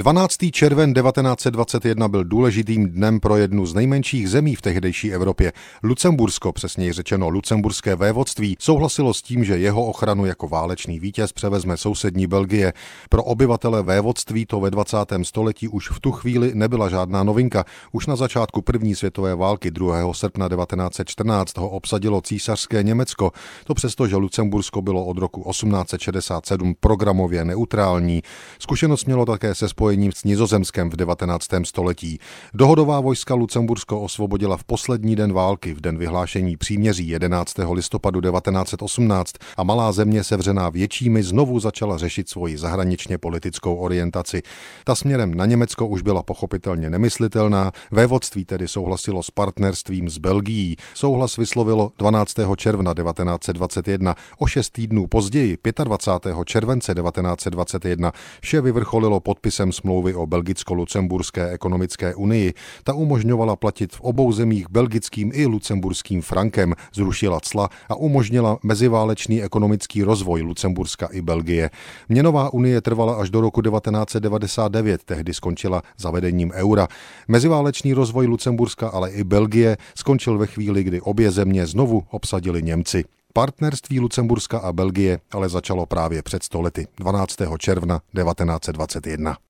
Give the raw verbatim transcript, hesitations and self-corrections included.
dvanáctého června devatenáct set dvacet jedna byl důležitým dnem pro jednu z nejmenších zemí v tehdejší Evropě. Lucembursko, přesněji řečeno Lucemburské vévodství, souhlasilo s tím, že jeho ochranu jako válečný vítěz převezme sousední Belgie. Pro obyvatele vévodství to ve dvacátém století už v tu chvíli nebyla žádná novinka. Už na začátku první světové války druhého srpna devatenáct set čtrnáct ho obsadilo císařské Německo. To přesto, že Lucembursko bylo od roku osmnáct set šedesát sedm programově neutrální. Zkušenost mělo také se spojením s Nizozemskem v devatenáctém století. Dohodová vojska Lucembursko osvobodila v poslední den války, v den vyhlášení příměří jedenáctého listopadu devatenáct set osmnáct a malá země sevřená většími znovu začala řešit svoji zahraničně politickou orientaci. Ta směrem na Německo už byla pochopitelně nemyslitelná, vévodství tedy souhlasilo s partnerstvím s Belgií. Souhlas vyslovilo dvanáctého června devatenáct set dvacet jedna. O šest týdnů později, dvacátého pátého července devatenáct set dvacet jedna, vše vyvrcholilo podpisem smlouvy o Belgicko-Lucemburské ekonomické unii. Ta umožňovala platit v obou zemích belgickým i lucemburským frankem, zrušila cla a umožnila meziválečný ekonomický rozvoj Lucemburska i Belgie. Měnová unie trvala až do roku devatenáct set devadesát devět, tehdy skončila zavedením eura. Meziválečný rozvoj Lucemburska, ale i Belgie skončil ve chvíli, kdy obě země znovu obsadili Němci. Partnerství Lucemburska a Belgie ale začalo právě před sto lety, dvanáctého června devatenáct set dvacet jedna.